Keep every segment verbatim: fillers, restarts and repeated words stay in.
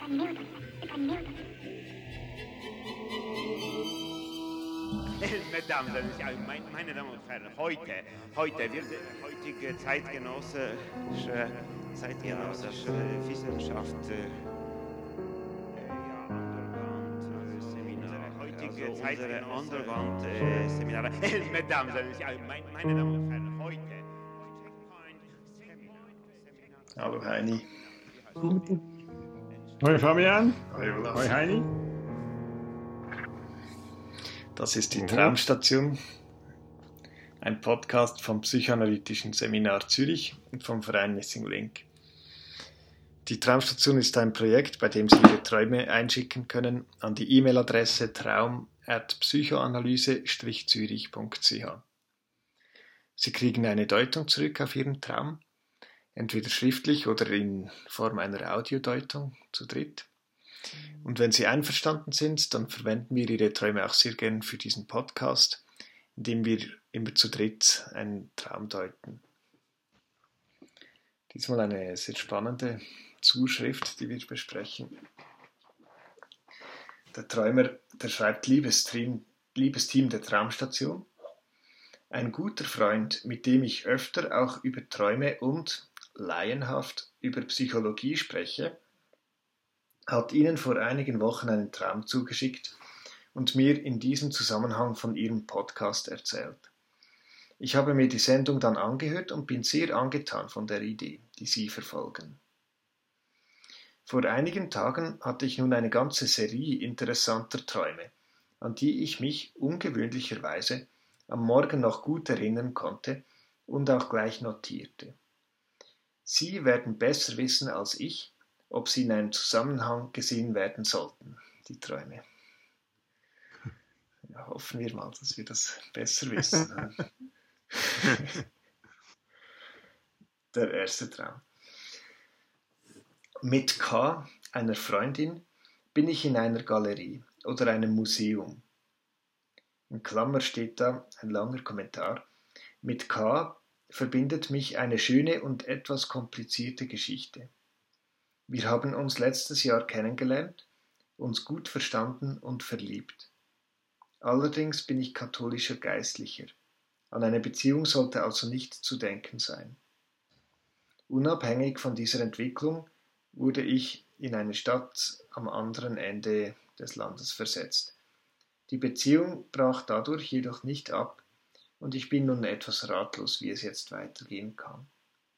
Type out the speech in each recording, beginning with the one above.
Mesdames, also meine, meine Damen und Herren, heute, heute wird heutige zeitgenössische, zeitgenössische Wissenschaft äh, ja, Underground, Seminare, heutige also unsere Underground-Seminare. Äh, Mesdames, also meine, meine Damen und Herren, heute, Hallo Heini. Hoi Fabian. Hoi Olaf. Hoi Heini. Das ist die Mhm. Traumstation, ein Podcast vom Psychoanalytischen Seminar Zürich und vom Verein Missing Link. Die Traumstation ist ein Projekt, bei dem Sie Ihre Träume einschicken können an die E-Mail-Adresse traum at psychoanalyse zürich punkt c h. Sie kriegen eine Deutung zurück auf Ihren Traum, entweder schriftlich oder in Form einer Audiodeutung zu dritt. Und wenn Sie einverstanden sind, dann verwenden wir Ihre Träume auch sehr gern für diesen Podcast, indem wir immer zu dritt einen Traum deuten. Diesmal eine sehr spannende Zuschrift, die wir besprechen. Der Träumer, der schreibt: Liebes Team, liebes Team der Traumstation, ein guter Freund, mit dem ich öfter auch über Träume und laienhaft über Psychologie spreche, hat Ihnen vor einigen Wochen einen Traum zugeschickt und mir in diesem Zusammenhang von Ihrem Podcast erzählt. Ich habe mir die Sendung dann angehört und bin sehr angetan von der Idee, die Sie verfolgen. Vor einigen Tagen hatte ich nun eine ganze Serie interessanter Träume, an die ich mich ungewöhnlicherweise am Morgen noch gut erinnern konnte und auch gleich notierte. Sie werden besser wissen als ich, ob sie in einem Zusammenhang gesehen werden sollten, die Träume. Ja, hoffen wir mal, dass wir das besser wissen. Der erste Traum. Mit K, einer Freundin, bin ich in einer Galerie oder einem Museum. In Klammer steht da ein langer Kommentar. Mit K verbindet mich eine schöne und etwas komplizierte Geschichte. Wir haben uns letztes Jahr kennengelernt, uns gut verstanden und verliebt. Allerdings bin ich katholischer Geistlicher. An eine Beziehung sollte also nicht zu denken sein. Unabhängig von dieser Entwicklung wurde ich in eine Stadt am anderen Ende des Landes versetzt. Die Beziehung brach dadurch jedoch nicht ab und ich bin nun etwas ratlos, wie es jetzt weitergehen kann.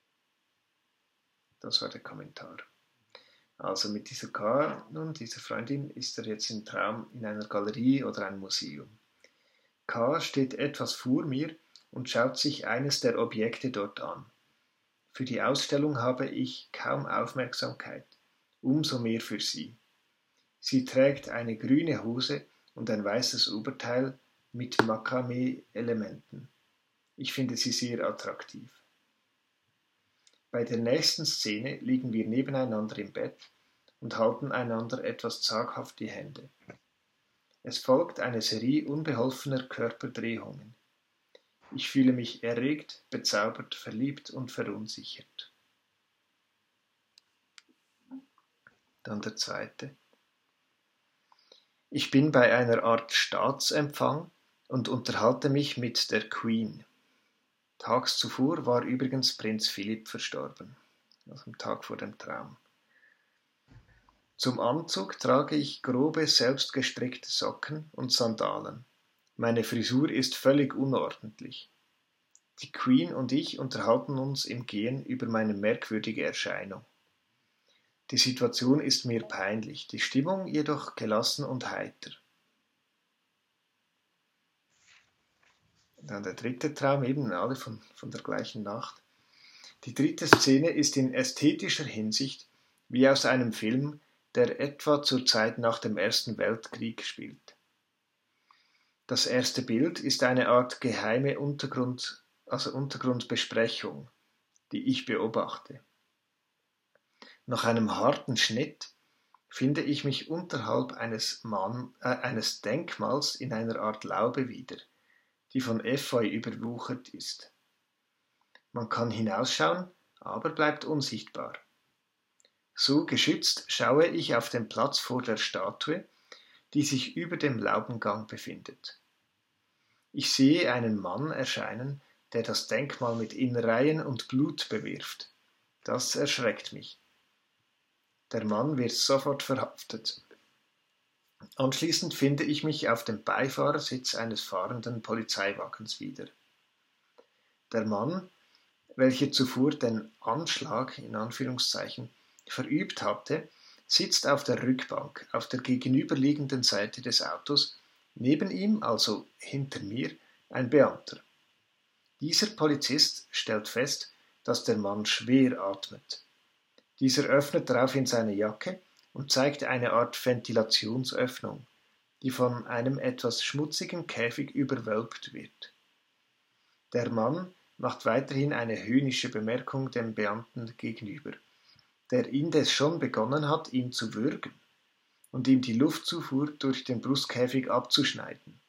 Das war der Kommentar. Also mit dieser K, nun, dieser Freundin, ist er jetzt im Traum in einer Galerie oder einem Museum. K steht etwas vor mir und schaut sich eines der Objekte dort an. Für die Ausstellung habe ich kaum Aufmerksamkeit, umso mehr für sie. Sie trägt eine grüne Hose und ein weißes Oberteil mit Makramee-Elementen. Ich finde sie sehr attraktiv. Bei der nächsten Szene liegen wir nebeneinander im Bett und halten einander etwas zaghaft die Hände. Es folgt eine Serie unbeholfener Körperdrehungen. Ich fühle mich erregt, bezaubert, verliebt und verunsichert. Dann der zweite. Ich bin bei einer Art Staatsempfang und unterhalte mich mit der Queen. Tags zuvor war übrigens Prinz Philipp verstorben, also am Tag vor dem Traum. Zum Anzug trage ich grobe, selbstgestrickte Socken und Sandalen. Meine Frisur ist völlig unordentlich. Die Queen und ich unterhalten uns im Gehen über meine merkwürdige Erscheinung. Die Situation ist mir peinlich, die Stimmung jedoch gelassen und heiter. Dann der dritte Traum, eben alle von, von der gleichen Nacht. Die dritte Szene ist in ästhetischer Hinsicht wie aus einem Film, der etwa zur Zeit nach dem Ersten Weltkrieg spielt. Das erste Bild ist eine Art geheime Untergrund, also Untergrundbesprechung, die ich beobachte. Nach einem harten Schnitt finde ich mich unterhalb eines, Mann, äh, eines Denkmals in einer Art Laube wieder, die von Efeu überwuchert ist. Man kann hinausschauen, aber bleibt unsichtbar. So geschützt schaue ich auf den Platz vor der Statue, die sich über dem Laubengang befindet. Ich sehe einen Mann erscheinen, der das Denkmal mit Innereien und Blut bewirft. Das erschreckt mich. Der Mann wird sofort verhaftet. Anschließend finde ich mich auf dem Beifahrersitz eines fahrenden Polizeiwagens wieder. Der Mann, welcher zuvor den Anschlag in Anführungszeichen verübt hatte, sitzt auf der Rückbank auf der gegenüberliegenden Seite des Autos, neben ihm, also hinter mir, ein Beamter. Dieser Polizist stellt fest, dass der Mann schwer atmet. Dieser öffnet daraufhin seine Jacke und zeigt eine Art Ventilationsöffnung, die von einem etwas schmutzigen Käfig überwölbt wird. Der Mann macht weiterhin eine höhnische Bemerkung dem Beamten gegenüber, der indes schon begonnen hat, ihn zu würgen und ihm die Luftzufuhr durch den Brustkäfig abzuschneiden.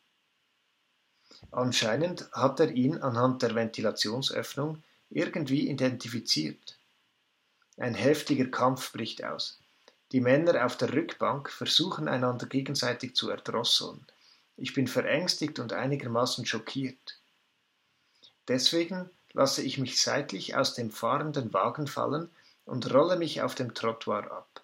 Anscheinend hat er ihn anhand der Ventilationsöffnung irgendwie identifiziert. Ein heftiger Kampf bricht aus. Die Männer auf der Rückbank versuchen einander gegenseitig zu erdrosseln. Ich bin verängstigt und einigermaßen schockiert. Deswegen lasse ich mich seitlich aus dem fahrenden Wagen fallen und rolle mich auf dem Trottoir ab.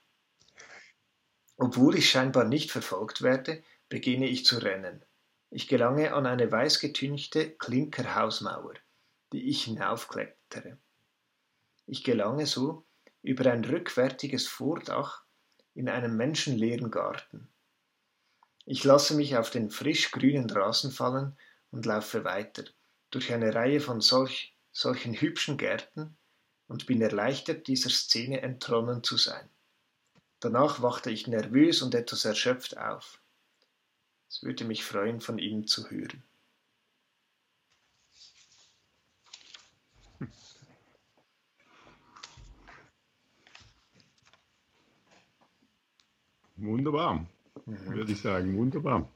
Obwohl ich scheinbar nicht verfolgt werde, beginne ich zu rennen. Ich gelange an eine weißgetünchte Klinkerhausmauer, die ich hinaufklettere. Ich gelange so über ein rückwärtiges Vordach in einem menschenleeren Garten. Ich lasse mich auf den frisch grünen Rasen fallen und laufe weiter durch eine Reihe von solch, solchen hübschen Gärten und bin erleichtert, dieser Szene entronnen zu sein. Danach wachte ich nervös und etwas erschöpft auf. Es würde mich freuen, von Ihnen zu hören. Wunderbar, Mhm. würde ich sagen, wunderbar.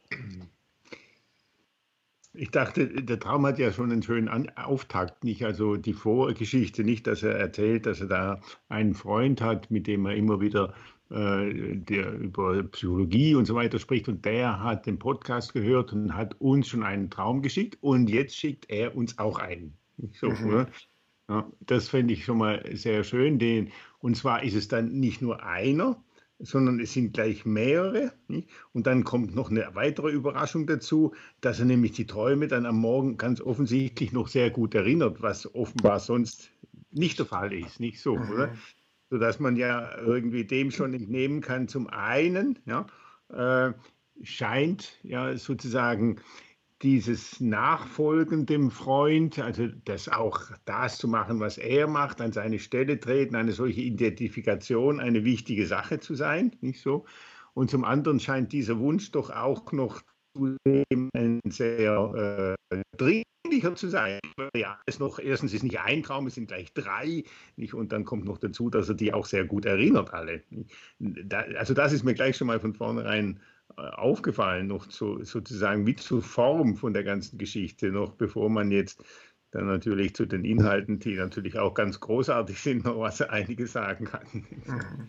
Ich dachte, der Traum hat ja schon einen schönen An Auftakt, nicht? Also die Vorgeschichte, nicht, dass er erzählt, dass er da einen Freund hat, mit dem er immer wieder äh, der über Psychologie und so weiter spricht, und der hat den Podcast gehört und hat uns schon einen Traum geschickt und jetzt schickt er uns auch einen. So, Mhm. oder? Ja, das fände ich schon mal sehr schön. Den, und zwar ist es dann nicht nur einer, sondern es sind gleich mehrere. Nicht? Und dann kommt noch eine weitere Überraschung dazu, dass er nämlich die Träume dann am Morgen ganz offensichtlich noch sehr gut erinnert, was offenbar sonst nicht der Fall ist. Nicht so, Mhm. oder? Sodass man ja irgendwie dem schon entnehmen kann. Zum einen ja, äh, scheint ja sozusagen dieses Nachfolgen dem Freund, also das auch das zu machen, was er macht, an seine Stelle treten, eine solche Identifikation eine wichtige Sache zu sein, nicht so? Und zum anderen scheint dieser Wunsch doch auch noch ein sehr äh, dringlicher zu sein. Ja, es noch, erstens ist nicht ein Traum, es sind gleich drei, nicht? Und dann kommt noch dazu, dass er die auch sehr gut erinnert, alle. Da, also das ist mir gleich schon mal von vornherein aufgefallen, noch so, sozusagen wie zur Form von der ganzen Geschichte, noch bevor man jetzt dann natürlich zu den Inhalten, die natürlich auch ganz großartig sind, noch was einiges sagen kann. Mhm.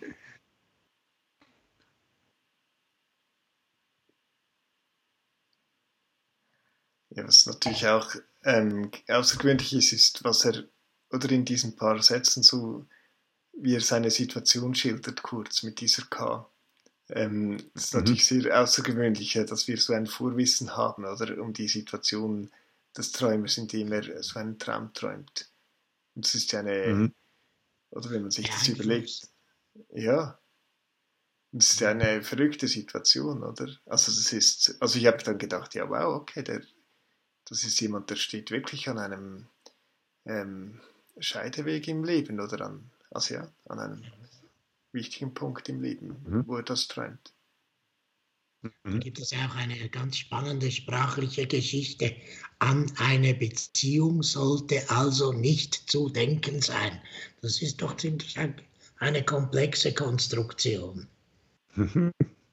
Ja, was natürlich auch ähm, außergewöhnlich ist, ist, was er, oder in diesen paar Sätzen so, wie er seine Situation schildert, kurz mit dieser K. Ähm, es ist Mhm. natürlich sehr außergewöhnlich, ja, dass wir so ein Vorwissen haben, oder, um die Situation des Träumers, in dem er so einen Traum träumt. Und es ist ja eine, Mhm. oder wenn man sich das Beeinflusst. überlegt, ja, und es ist ja eine verrückte Situation, oder? Also das ist, also ich habe dann gedacht, ja wow, okay, der, das ist jemand, der steht wirklich an einem ähm, Scheideweg im Leben, oder an, also ja, an einem wichtigen Punkt im Leben, Mhm. wo er das träumt. Da gibt es auch eine ganz spannende sprachliche Geschichte. An eine Beziehung sollte also nicht zu denken sein. Das ist doch ziemlich eine komplexe Konstruktion.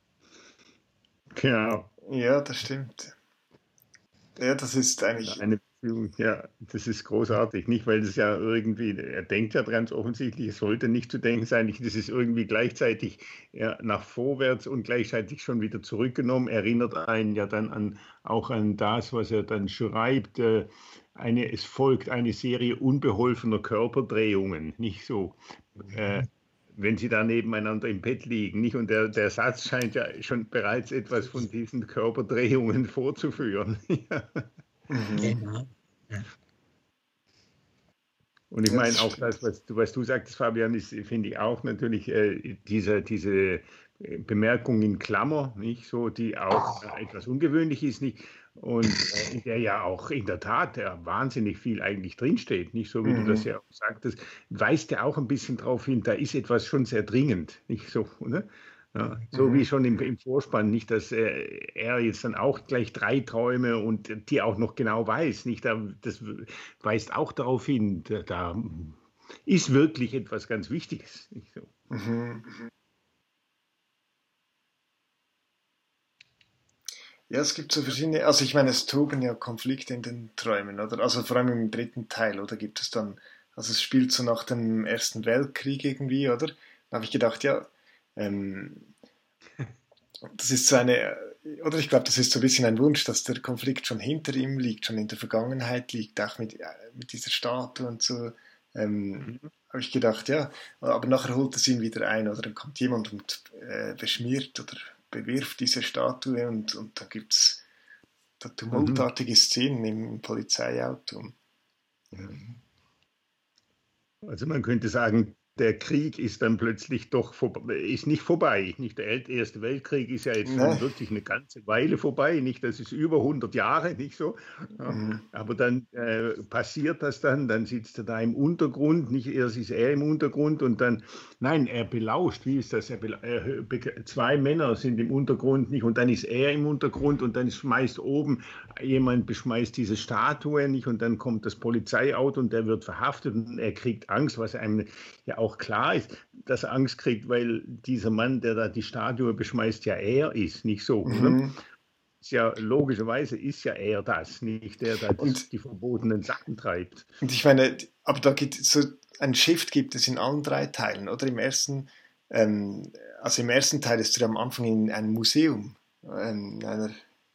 Genau. Ja, das stimmt. Ja, das ist eigentlich, Eine Beziehung, ja, das ist großartig, nicht? Weil das ja irgendwie, er denkt ja ganz offensichtlich, es sollte nicht zu denken sein, nicht? Das ist irgendwie gleichzeitig ja, nach vorwärts und gleichzeitig schon wieder zurückgenommen, erinnert einen ja dann an, auch an das, was er dann schreibt, äh, eine, es folgt eine Serie unbeholfener Körperdrehungen, nicht so, äh, wenn sie da nebeneinander im Bett liegen, nicht? Und der, der Satz scheint ja schon bereits etwas von diesen Körperdrehungen vorzuführen. Ja. Mhm. Genau. Ja. Und ich Ja, meine das auch stimmt. das, was du, was du sagtest, Fabian, ist, finde ich auch natürlich äh, diese, diese äh, Bemerkung in Klammer, nicht so, die auch äh, etwas ungewöhnlich ist, nicht? Und äh, in der ja auch in der Tat ja, wahnsinnig viel eigentlich drinsteht, nicht so, wie du das Mhm. ja auch sagtest, weist ja auch ein bisschen darauf hin, da ist etwas schon sehr dringend, nicht so, ne? Ja, so wie Mhm. schon im, im Vorspann, nicht, dass äh, er jetzt dann auch gleich drei Träume und die auch noch genau weiß, nicht, da, das weist auch darauf hin, da, da ist wirklich etwas ganz Wichtiges. Nicht so. Mhm. Ja, es gibt so verschiedene, also ich meine, es toben ja Konflikte in den Träumen, oder? Also vor allem im dritten Teil, oder gibt es dann, also es spielt so nach dem Ersten Weltkrieg irgendwie, oder? Da habe ich gedacht, ja, ähm, das ist so eine, oder ich glaube, das ist so ein bisschen ein Wunsch, dass der Konflikt schon hinter ihm liegt, schon in der Vergangenheit liegt, auch mit, äh, mit dieser Statue und so. Ähm, Mhm. habe ich gedacht, ja, aber nachher holt es ihn wieder ein, oder dann kommt jemand und äh, beschmiert oder bewirft diese Statue und, und da gibt es da Mhm. tumultartige Szenen im Polizeiauto. Also man könnte sagen, der Krieg ist dann plötzlich doch vorbei, ist nicht vorbei. Nicht der Erste Weltkrieg ist ja jetzt Ne? schon wirklich eine ganze Weile vorbei. Nicht, das ist über hundert Jahre, nicht so. Ja, Mhm. aber dann äh, passiert das dann, dann sitzt er da im Untergrund, nicht erst ist er im Untergrund und dann, nein, er belauscht. Wie ist das? Er bela- er, be- zwei Männer sind im Untergrund, nicht, und dann ist er im Untergrund und dann schmeißt oben jemand beschmeißt diese Statue nicht und dann kommt das Polizeiauto und der wird verhaftet und er kriegt Angst, was einem ja auch klar ist, dass er Angst kriegt, weil dieser Mann, der da die Statue beschmeißt, ja er ist, nicht so, oder? Mhm. Ist ja logischerweise ist ja er das, nicht der da Und, die verbotenen Sachen treibt. und ich meine, aber da gibt es so ein Shift gibt es in allen drei Teilen, oder? Im ersten, ähm, also im ersten Teil ist er am Anfang in einem Museum, ähm, in einer,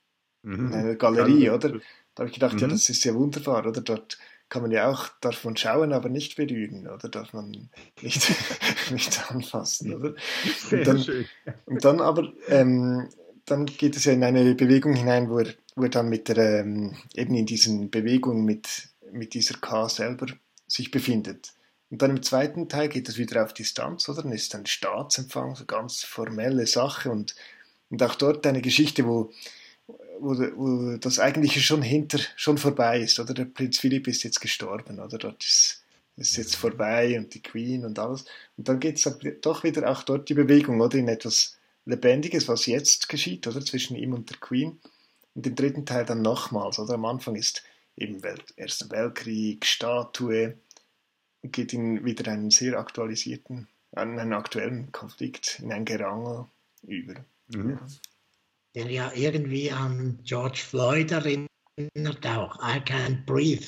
in Mhm. einer Galerie, Galerie. oder? Da habe ich gedacht, ja, Mhm. das ist ja wunderbar, oder? Dort kann man ja auch, darf man schauen, aber nicht berühren, oder? Darf man nicht, nicht anfassen, oder? Und Sehr dann, schön. und dann aber, ähm, dann geht es ja in eine Bewegung hinein, wo er, wo er dann mit der, ähm, eben in diesen Bewegungen mit, mit dieser K selber sich befindet. Und dann im zweiten Teil geht es wieder auf Distanz, oder? Dann ist ein Staatsempfang, so ganz formelle Sache und, und auch dort eine Geschichte, wo, wo, wo das Eigentliche schon hinter, schon vorbei ist, oder? Der Prinz Philipp ist jetzt gestorben, oder? Dort ist, ist jetzt vorbei und die Queen und alles. Und dann geht es doch wieder auch dort die Bewegung, oder? In etwas Lebendiges, was jetzt geschieht, oder? Zwischen ihm und der Queen. Und im dritten Teil dann nochmals, oder? Am Anfang ist eben Welt, Erster Weltkrieg, Statue, und geht in wieder einen sehr aktualisierten, einen aktuellen Konflikt, in ein Gerangel über. Mhm. Ja. Der ja irgendwie an George Floyd erinnert auch. I can't breathe.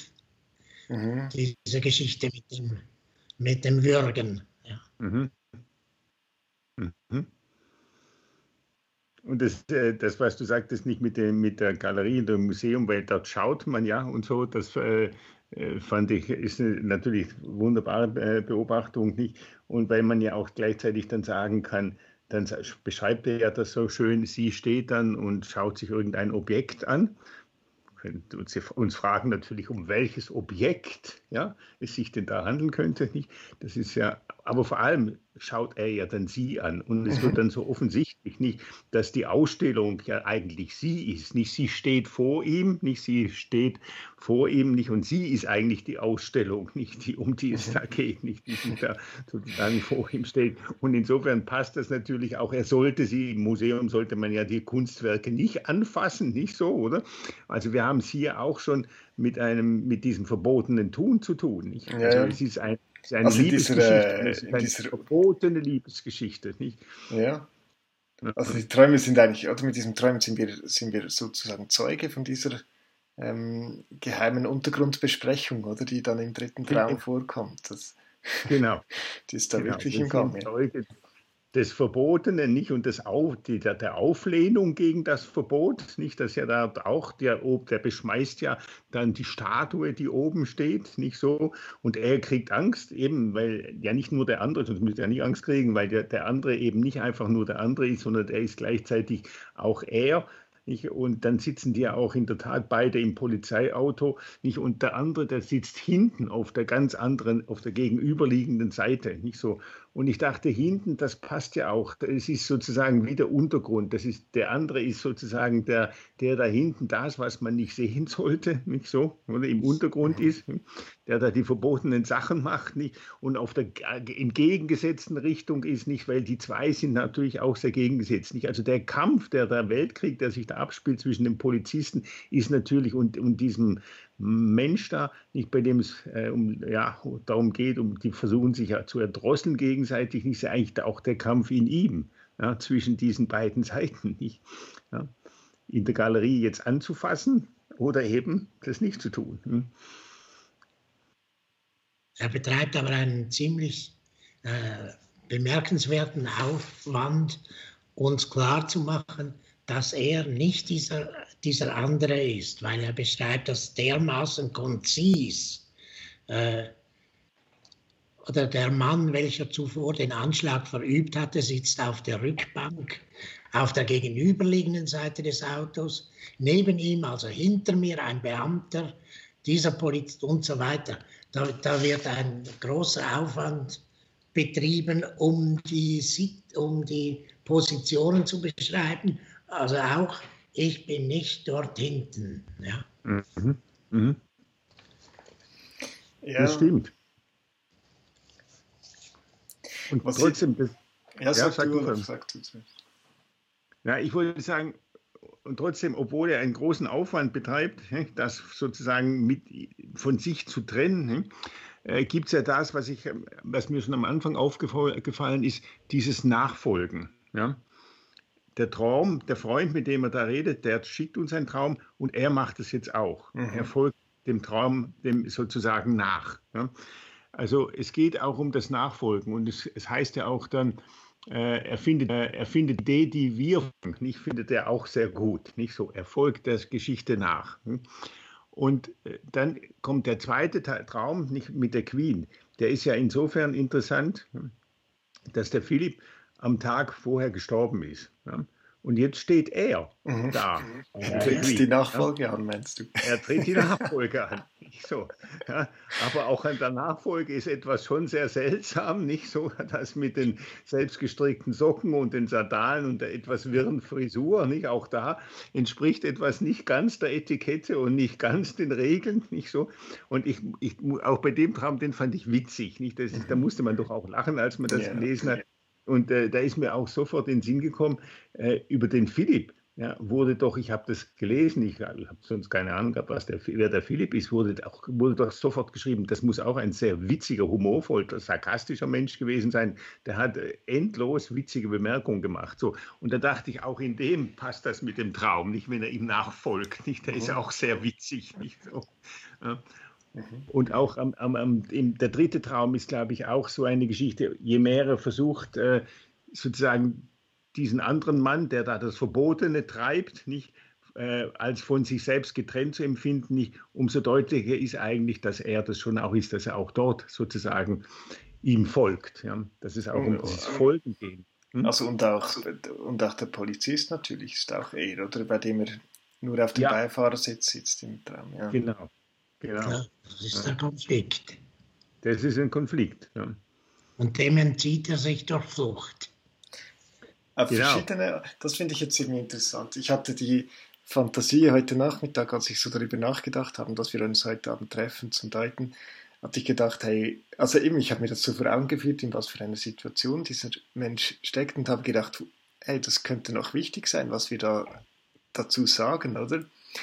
Mhm. Diese Geschichte mit dem, mit dem Würgen. Ja. Mhm. Mhm. Und das, äh, das, was du sagtest, nicht mit, dem, mit der Galerie und dem Museum, weil dort schaut man ja und so, das äh, äh, fand ich, ist eine natürlich wunderbare äh, Beobachtung, nicht? Und weil man ja auch gleichzeitig dann sagen kann, dann sa- beschreibt er ja das so schön, sie steht dann und schaut sich irgendein Objekt an. Wir können uns, uns fragen natürlich, um welches Objekt ja, es sich denn da handeln könnte. Nicht? Das ist ja, aber vor allem schaut er ja dann sie an und es wird Mhm. dann so offensichtlich nicht, dass die Ausstellung ja eigentlich sie ist. Nicht sie steht vor ihm, nicht sie steht vor ihm, nicht und sie ist eigentlich die Ausstellung, nicht die, um die es da geht, nicht die sich da sozusagen vor ihm steht. Und insofern passt das natürlich auch. Er sollte sie im Museum sollte man ja die Kunstwerke nicht anfassen, nicht so, oder? Also wir haben es hier auch schon mit einem mit diesem verbotenen Tun zu tun, nicht? Ja, Also ja. es ist ein es ist eine Also in dieser, Liebesgeschichte und es äh, ist in eine dieser, verbotene Liebesgeschichte, nicht? ja, Ja. also die Träume sind eigentlich, oder mit diesen Träumen sind wir, sind wir sozusagen Zeuge von dieser ähm, geheimen Untergrundbesprechung, oder, die dann im dritten Traum vorkommt. Das, genau. die ist da Genau. wirklich Das im Gange. sind Zeuge des Verbotenen, nicht, und das Auf, die, der, der Auflehnung gegen das Verbot, nicht, dass ja da auch der, der beschmeißt ja dann die Statue, die oben steht, nicht so, und er kriegt Angst, eben, weil ja nicht nur der andere, sonst müsste er nicht Angst kriegen, weil der, der andere eben nicht einfach nur der andere ist, sondern er ist gleichzeitig auch er. Nicht? Und dann sitzen die ja auch in der Tat beide im Polizeiauto. Nicht? Und der andere, der sitzt hinten auf der ganz anderen, auf der gegenüberliegenden Seite. Nicht so. Und ich dachte, hinten, das passt ja auch. Es ist sozusagen wie der Untergrund. Das ist, der andere ist sozusagen der, der da hinten, das, was man nicht sehen sollte, nicht so, oder im Untergrund ist, der da die verbotenen Sachen macht, nicht? Und auf der entgegengesetzten Richtung ist, nicht, weil die zwei sind natürlich auch sehr gegengesetzt. Nicht? Also der Kampf, der, der Weltkrieg, der sich da abspielt zwischen den Polizisten, ist natürlich und, und diesem Mensch da, nicht, bei dem es äh, um, ja, darum geht, um, die versuchen sich ja zu erdrosseln gegenseitig, nicht, ist ja eigentlich auch der Kampf in ihm, ja, zwischen diesen beiden Seiten, nicht, ja, in der Galerie jetzt anzufassen oder eben das nicht zu tun. Hm. Er betreibt aber einen ziemlich äh, bemerkenswerten Aufwand, uns klarzumachen, dass er nicht dieser, dieser andere ist, weil er beschreibt das dermaßen konzis. Äh, oder der Mann, welcher zuvor den Anschlag verübt hatte, sitzt auf der Rückbank, auf der gegenüberliegenden Seite des Autos, neben ihm, also hinter mir, ein Beamter, dieser Polizist und so weiter. Da, da wird ein großer Aufwand betrieben, um die, um die Positionen zu beschreiben. Also auch, ich bin nicht dort hinten. Ja, mhm. Mhm. Ja. Das stimmt. Und Was trotzdem, ich, das, ja, sag, ja, du, du, sag du. Ja, ich wollte sagen, und trotzdem, obwohl er einen großen Aufwand betreibt, das sozusagen mit, von sich zu trennen, gibt es ja das, was, ich, was mir schon am Anfang aufgefallen ist, dieses Nachfolgen. Ja? Der Traum, der Freund, mit dem er da redet, der schickt uns einen Traum und er macht es jetzt auch. Mhm. Er folgt dem Traum dem sozusagen nach. Ja? Also es geht auch um das Nachfolgen und es, es heißt ja auch dann, äh, er findet, äh, er findet die Idee, die wir nicht findet er auch sehr gut. Nicht so, er folgt der Geschichte nach. Hm? Und äh, dann kommt der zweite Traum nicht mit der Queen. Der ist ja insofern interessant, dass der Philipp am Tag vorher gestorben ist. Ja? Und jetzt steht er mhm. da. Er tritt die Nachfolge ja. an, meinst du? Er tritt die Nachfolge an. Nicht so. Ja? Aber auch an der Nachfolge ist etwas schon sehr seltsam. Nicht so, das mit den selbstgestrickten Socken und den Sandalen und der etwas wirren Frisur. Nicht? Auch da entspricht etwas nicht ganz der Etikette und nicht ganz den Regeln. Nicht so. Und ich, ich, auch bei dem Traum, den fand ich witzig. Nicht? Das ist, da musste man doch auch lachen, als man das ja. gelesen hat. Und äh, da ist mir auch sofort in den Sinn gekommen, äh, über den Philipp, ja, wurde doch, ich habe das gelesen, ich habe sonst keine Ahnung gehabt, was der, wer der Philipp ist, wurde, auch, wurde doch sofort geschrieben, das muss auch ein sehr witziger, humorvoller, sarkastischer Mensch gewesen sein, der hat äh, endlos witzige Bemerkungen gemacht. So. Und da dachte ich, auch in dem passt das mit dem Traum, nicht wenn er ihm nachfolgt, nicht? Der ist ja auch sehr witzig. Nicht so. Ja. Und auch am, am, am, der dritte Traum ist, glaube ich, auch so eine Geschichte, je mehr er versucht, äh, sozusagen diesen anderen Mann, der da das Verbotene treibt, nicht, äh, als von sich selbst getrennt zu empfinden, nicht, umso deutlicher ist eigentlich, dass er das schon auch ist, dass er auch dort sozusagen ihm folgt. Ja? Dass es auch um dieses Folgen geht. Hm? Also und auch, und auch der Polizist natürlich ist auch er, oder? Bei dem er nur auf dem ja. Beifahrersitz sitzt im Traum. Ja. Genau. Genau. Ja, das ist ein Konflikt. Das ist ein Konflikt. Ja. Und dem entzieht er sich durch Flucht. Aber genau. verschiedene, das finde ich jetzt irgendwie interessant. Ich hatte die Fantasie heute Nachmittag, als ich so darüber nachgedacht habe, dass wir uns heute Abend treffen zum Deuten, hatte ich gedacht, hey, also eben, ich habe mir das so vor Augen geführt, in was für einer Situation dieser Mensch steckt und habe gedacht, hey, das könnte noch wichtig sein, was wir da dazu sagen, oder?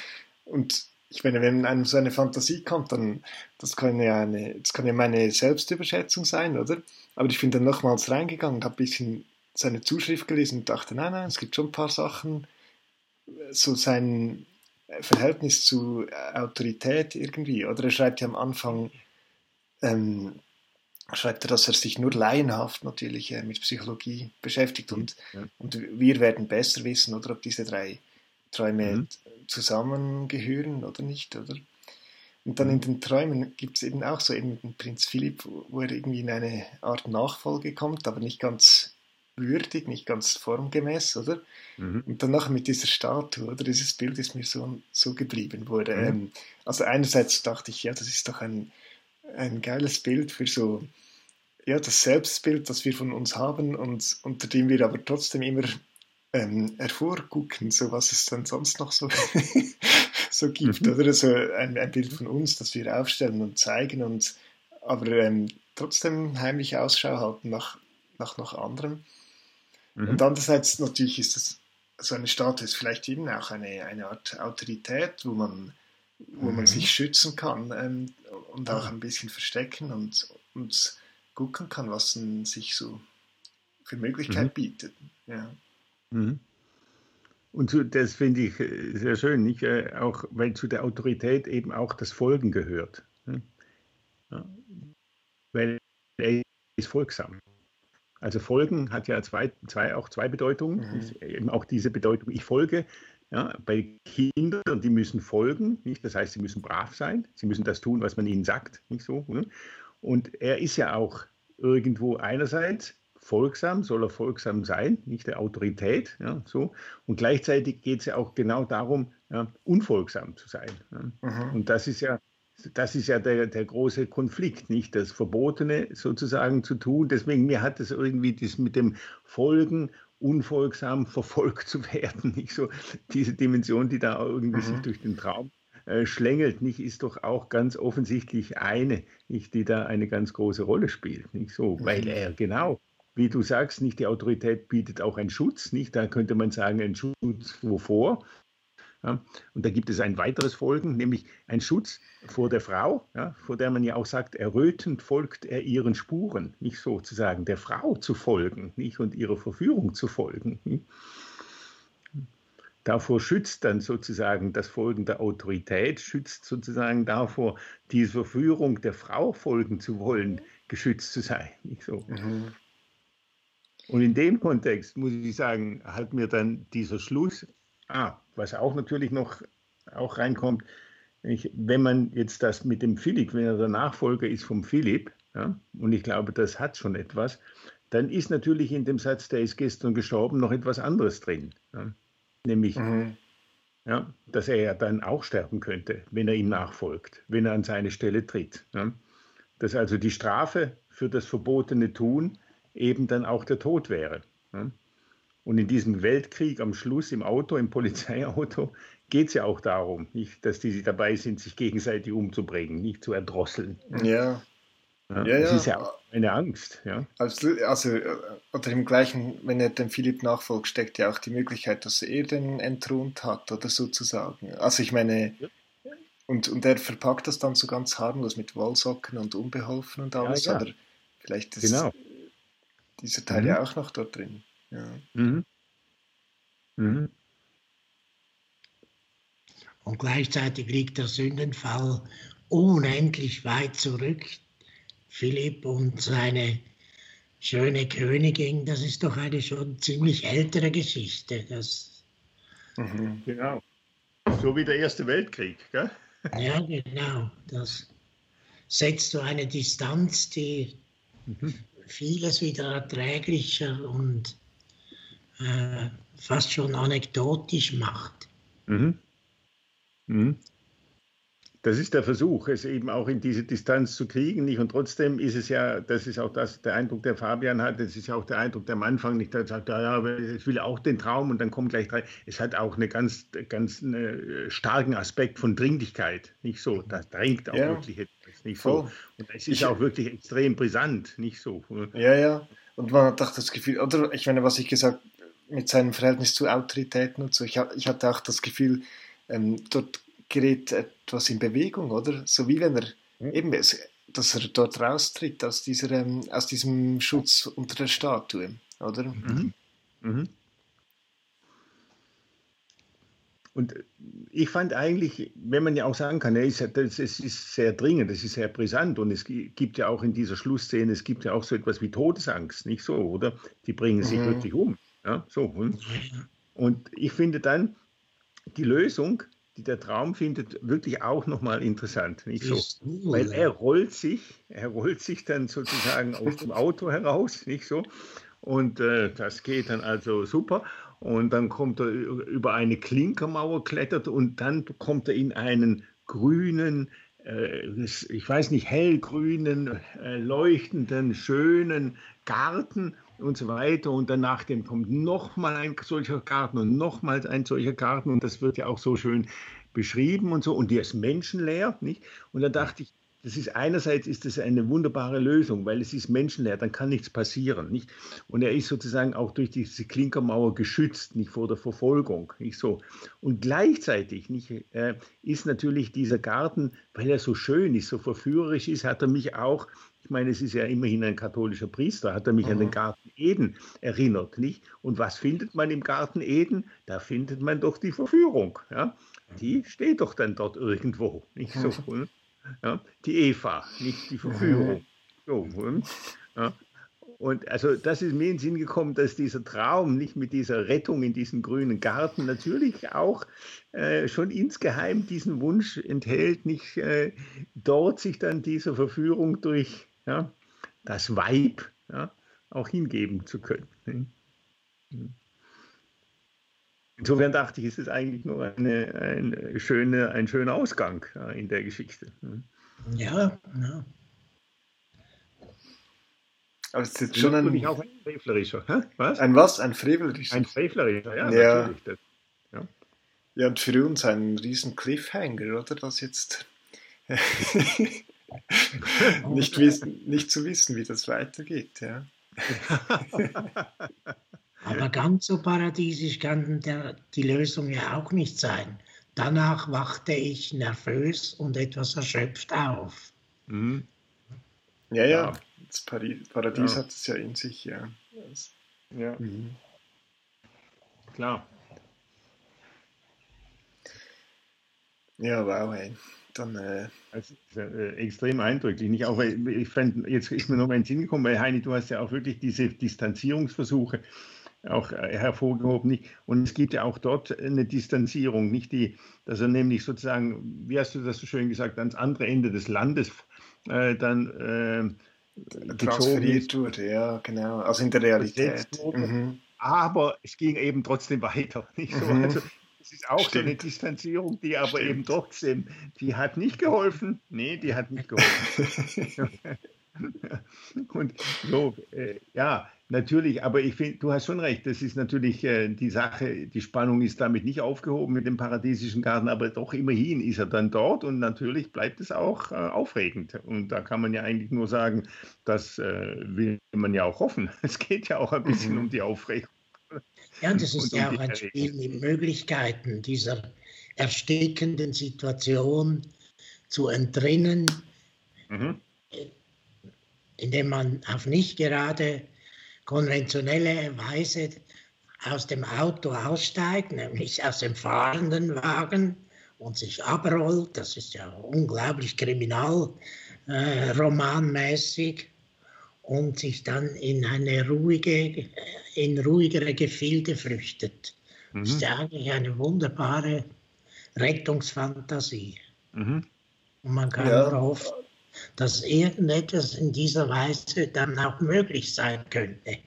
Und ich meine, wenn einem so eine Fantasie kommt, dann das kann ja eine, das kann ja meine Selbstüberschätzung sein, oder? Aber ich bin dann nochmals reingegangen, habe ein bisschen seine Zuschrift gelesen und dachte, nein, nein, es gibt schon ein paar Sachen, so sein, Verhältnis zu Autorität irgendwie. Oder er schreibt ja am Anfang, ähm, schreibt er, dass er sich nur laienhaft natürlich äh, mit Psychologie beschäftigt und, Ja. und wir werden besser wissen, oder ob diese drei Träume Mhm. zusammengehören oder nicht, oder? Und dann in den Träumen gibt es eben auch so eben den Prinz Philipp, wo er irgendwie in eine Art Nachfolge kommt, aber nicht ganz würdig, nicht ganz formgemäß, oder? Mhm. Und dann nachher mit dieser Statue, oder? Dieses Bild ist mir so, so geblieben. Wo er, Mhm. ähm, also einerseits dachte ich, ja, das ist doch ein, ein geiles Bild für so, ja, das Selbstbild, das wir von uns haben und unter dem wir aber trotzdem immer ähm, hervorgucken, so was es dann sonst noch so, so gibt, Mhm. oder? So ein, ein Bild von uns, das wir aufstellen und zeigen und aber ähm, trotzdem heimlich Ausschau halten nach, nach noch anderem. Mhm. Und andererseits natürlich ist das so eine Statue ist vielleicht eben auch eine, eine Art Autorität, wo man, wo man Mhm. sich schützen kann ähm, und auch Ah. ein bisschen verstecken und, und gucken kann, was denn sich so für Möglichkeit Mhm. bietet. Ja. Mhm. Und zu, das finde ich äh, sehr schön, nicht? Äh, Auch weil zu der Autorität eben auch das Folgen gehört. Hm? Ja. Weil er ist folgsam. Also Folgen hat ja zwei, zwei, auch zwei Bedeutungen. Mhm. Nicht? Eben auch diese Bedeutung, ich folge. Ja, bei Kindern, die müssen folgen, nicht? Das heißt, sie müssen brav sein, sie müssen das tun, was man ihnen sagt, nicht so. Ne? Und er ist ja auch irgendwo einerseits folgsam, soll er folgsam sein, nicht der Autorität, ja, so. Und gleichzeitig geht es ja auch genau darum, ja, unfolgsam zu sein. Ja. Mhm. Und das ist ja das ist ja der, der große Konflikt, nicht das Verbotene sozusagen zu tun. Deswegen, mir hat es irgendwie das mit dem Folgen, unfolgsam verfolgt zu werden, nicht so diese Dimension, die da irgendwie sich Mhm. durch den Traum äh, schlängelt, nicht, ist doch auch ganz offensichtlich eine, nicht, die da eine ganz große Rolle spielt, nicht so, weil Mhm. er genau, wie du sagst, nicht die Autorität bietet auch einen Schutz, nicht, da könnte man sagen, ein Schutz wovor? Ja, und da gibt es ein weiteres Folgen, nämlich ein Schutz vor der Frau, ja, vor der man ja auch sagt, errötend folgt er ihren Spuren, nicht sozusagen der Frau zu folgen, nicht und ihrer Verführung zu folgen. Nicht? Davor schützt dann sozusagen das Folgen der Autorität, schützt sozusagen davor, die Verführung der Frau folgen zu wollen, geschützt zu sein. Nicht so. Mhm. Und in dem Kontext muss ich sagen, hat mir dann dieser Schluss, ah, was auch natürlich noch auch reinkommt, ich, wenn man jetzt das mit dem Philipp, wenn er der Nachfolger ist vom Philipp, ja, und ich glaube, das hat schon etwas, dann ist natürlich in dem Satz, der ist gestern gestorben, noch etwas anderes drin. Ja. Nämlich, Mhm. ja, dass er ja dann auch sterben könnte, wenn er ihm nachfolgt, wenn er an seine Stelle tritt. Ja. Dass also die Strafe für das verbotene Tun eben dann auch der Tod wäre. Ja. Und in diesem Weltkrieg am Schluss im Auto, im Polizeiauto, geht es ja auch darum, nicht, dass die dabei sind, sich gegenseitig umzubringen, nicht zu erdrosseln. Ja. Ja, Ja. ja, Es ist ja auch ja. eine Angst. Ja. Also, also, äh, oder im gleichen, wenn er dem Philipp nachfolgt, steckt ja auch die Möglichkeit, dass er den entthront hat, oder sozusagen. Also ich meine, Ja, und, und er verpackt das dann so ganz harmlos mit Wollsocken und unbeholfen und ja, alles, ja, aber vielleicht ist genau. dieser Teil Mhm. ja auch noch dort drin. Ja. Mhm. Mhm. Und gleichzeitig liegt der Sündenfall unendlich weit zurück. Philipp und seine schöne Königin, das ist doch eine schon ziemlich ältere Geschichte. Das, Mhm. Genau. So wie der Erste Weltkrieg. Gell? ja, genau. Das setzt so eine Distanz, die Mhm. vieles wieder erträglicher und äh, fast schon anekdotisch macht. Mhm. Mhm. Das ist der Versuch, es eben auch in diese Distanz zu kriegen, nicht? Und trotzdem ist es ja, das ist auch das, der Eindruck, der Fabian hat, das ist ja auch der Eindruck, der am Anfang nicht, der sagt, ja, ja, ich will auch den Traum und dann kommt gleich drei. Es hat auch einen ganz, ganz eine, starken Aspekt von Dringlichkeit, nicht so. Das drängt auch Ja, wirklich etwas, nicht so. voll. Und es ist Ich, auch wirklich extrem brisant, nicht so. ja, ja. Und man hat auch das Gefühl, oder ich meine, was ich gesagt mit seinem Verhältnis zu Autoritäten und so, ich, ha- ich hatte auch das Gefühl, ähm, dort gerät etwas in Bewegung, oder? So wie wenn er eben, es- dass er dort raustritt aus dieser, ähm, aus diesem Schutz unter der Statue, oder? Mhm. Mhm. Und ich fand eigentlich, wenn man ja auch sagen kann, ja, es ist sehr dringend, es ist sehr brisant und es gibt ja auch in dieser Schlussszene, es gibt ja auch so etwas wie Todesangst, nicht so, oder? Die bringen sich Mhm. wirklich um. Ja, so. Und ich finde dann die Lösung, die der Traum findet, wirklich auch nochmal interessant, nicht so? Weil er rollt sich, er rollt sich dann sozusagen aus dem Auto heraus, nicht so? Und äh, das geht dann also super. Und dann kommt er über eine Klinkermauer, klettert und dann kommt er in einen grünen, äh, ich weiß nicht, hellgrünen, äh, leuchtenden, schönen Garten und so weiter. Und danach dem kommt nochmal ein solcher Garten und nochmals ein solcher Garten. Und das wird ja auch so schön beschrieben und so. Und der ist menschenleer, nicht? Und da dachte ich, das ist einerseits ist das eine wunderbare Lösung, weil es ist menschenleer, dann kann nichts passieren, nicht? Und er ist sozusagen auch durch diese Klinkermauer geschützt, nicht vor der Verfolgung, nicht so. Und gleichzeitig nicht, äh, ist natürlich dieser Garten, weil er so schön ist, so verführerisch ist, hat er mich auch, ich meine, es ist ja immerhin ein katholischer Priester, hat er mich mhm. an den Garten Eden erinnert, nicht? Und was findet man im Garten Eden? Da findet man doch die Verführung, ja? Die steht doch dann dort irgendwo, nicht so. Mhm. Ja, die Eva, nicht die Verführung. So, ja. Und also das ist mir in den Sinn gekommen, dass dieser Traum nicht mit dieser Rettung in diesen grünen Garten natürlich auch äh, schon insgeheim diesen Wunsch enthält, nicht äh, dort sich dann dieser Verführung durch ja, das Weib ja, auch hingeben zu können. Insofern dachte ich, ist es eigentlich nur eine, eine schöne, ein schöner Ausgang ja, in der Geschichte. Ja, ja. Aber es ist schon ein... auch ein frevlerischer. Hä? Was? Ein was? Ein frevlerischer? Ein frevlerischer, ja, ja. natürlich. Das, ja. ja, und für uns ein riesen Cliffhanger, oder? Das jetzt nicht, wissen, nicht zu wissen, wie das weitergeht, ja. Aber ganz so paradiesisch kann der, die Lösung ja auch nicht sein. Danach wachte ich nervös und etwas erschöpft auf. Mhm. Ja, ja, das Paradies ja. hat es ja in sich, ja. Das, ja. Mhm. Klar. Ja, wow, ey. Dann, äh das ist äh, extrem eindrücklich. Nicht auch, weil ich fand, jetzt ist mir noch mal in den Sinn gekommen, weil Heini, du hast ja auch wirklich diese Distanzierungsversuche auch hervorgehoben. Nicht? Und es gibt ja auch dort eine Distanzierung, nicht die, dass er nämlich sozusagen, wie hast du das so schön gesagt, ans andere Ende des Landes äh, dann äh, transferiert wurde, ja, genau. Also in der Realität. Mhm. Aber es ging eben trotzdem weiter. Nicht so? Mhm. Also, es ist auch Stimmt. so eine Distanzierung, die aber Stimmt. eben trotzdem, die hat nicht geholfen. Nee, die hat nicht geholfen. Und so, äh, ja, natürlich, aber ich finde, du hast schon recht, das ist natürlich äh, die Sache, die Spannung ist damit nicht aufgehoben mit dem paradiesischen Garten, aber doch immerhin ist er dann dort und natürlich bleibt es auch äh, aufregend. Und da kann man ja eigentlich nur sagen, das äh, will man ja auch hoffen. Es geht ja auch ein bisschen mhm. um die Aufregung. Ja, das ist um ja auch ein Spiel mit Möglichkeiten, dieser erstickenden Situation zu entrinnen. Mhm. Indem man auf nicht gerade konventionelle Weise aus dem Auto aussteigt, nämlich aus dem fahrenden Wagen und sich abrollt. Das ist ja unglaublich kriminalromanmäßig äh, und sich dann in eine ruhige, in ruhigere Gefilde flüchtet. Mhm. Das ist ja eigentlich eine wunderbare Rettungsfantasie. Mhm. Und man kann ja. nur hoffen, dass irgendetwas in dieser Weise dann auch möglich sein könnte.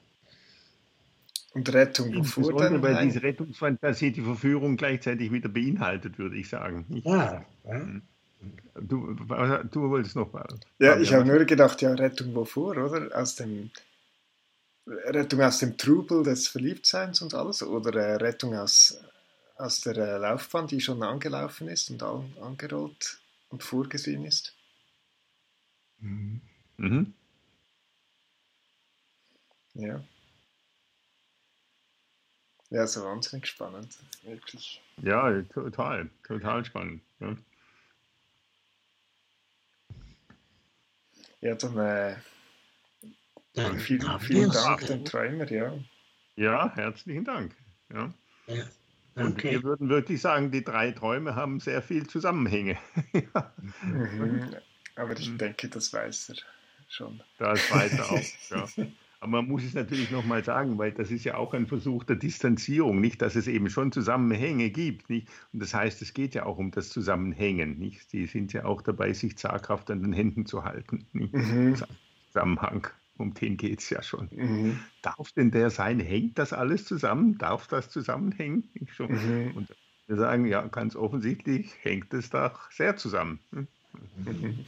Und Rettung wovor dann? Weil diese Rettungsfantasie die Verführung gleichzeitig wieder beinhaltet, würde ich sagen. Ja. ja. Du, du wolltest noch mal. Ja, ich habe nur gedacht, ja, Rettung wovor, oder? Aus dem Rettung aus dem Trubel des Verliebtseins und alles? Oder äh, Rettung aus, aus der äh, Laufbahn, die schon angelaufen ist und an, angerollt und vorgesehen ist? Mhm. Ja. Ja, so wahnsinnig spannend, wirklich. Ja, total, total spannend. Ja, ja dann, äh, dann vielen, vielen Dank, den Träumer, ja. Ja, herzlichen Dank. Ja. Ja. Und Okay. wir würden wirklich sagen, die drei Träume haben sehr viel Zusammenhänge. Ja. Mhm. Aber ich denke, das weiß er schon. Das weiß er auch, ja. Aber man muss es natürlich nochmal sagen, weil das ist ja auch ein Versuch der Distanzierung, nicht, dass es eben schon Zusammenhänge gibt, nicht? Und das heißt, es geht ja auch um das Zusammenhängen, nicht? Die sind ja auch dabei, sich zaghaft an den Händen zu halten, nicht? Mhm. Zusammenhang, um den geht es ja schon. Mhm. Darf denn der sein? Hängt das alles zusammen? Darf das zusammenhängen? Nicht so? Mhm. Und wir sagen, ja, ganz offensichtlich hängt es doch sehr zusammen. Mhm.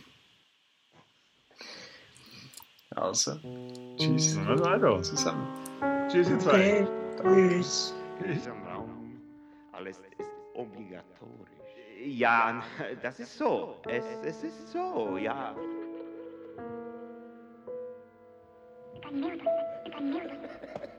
Also, tschüss Also, zusammen. tschüss ihr zwei. Okay. Tschüss. In diesem Raum, alles ist obligatorisch. Ja, das ist so. Es, es ist so, ja. I knew this. I knew this.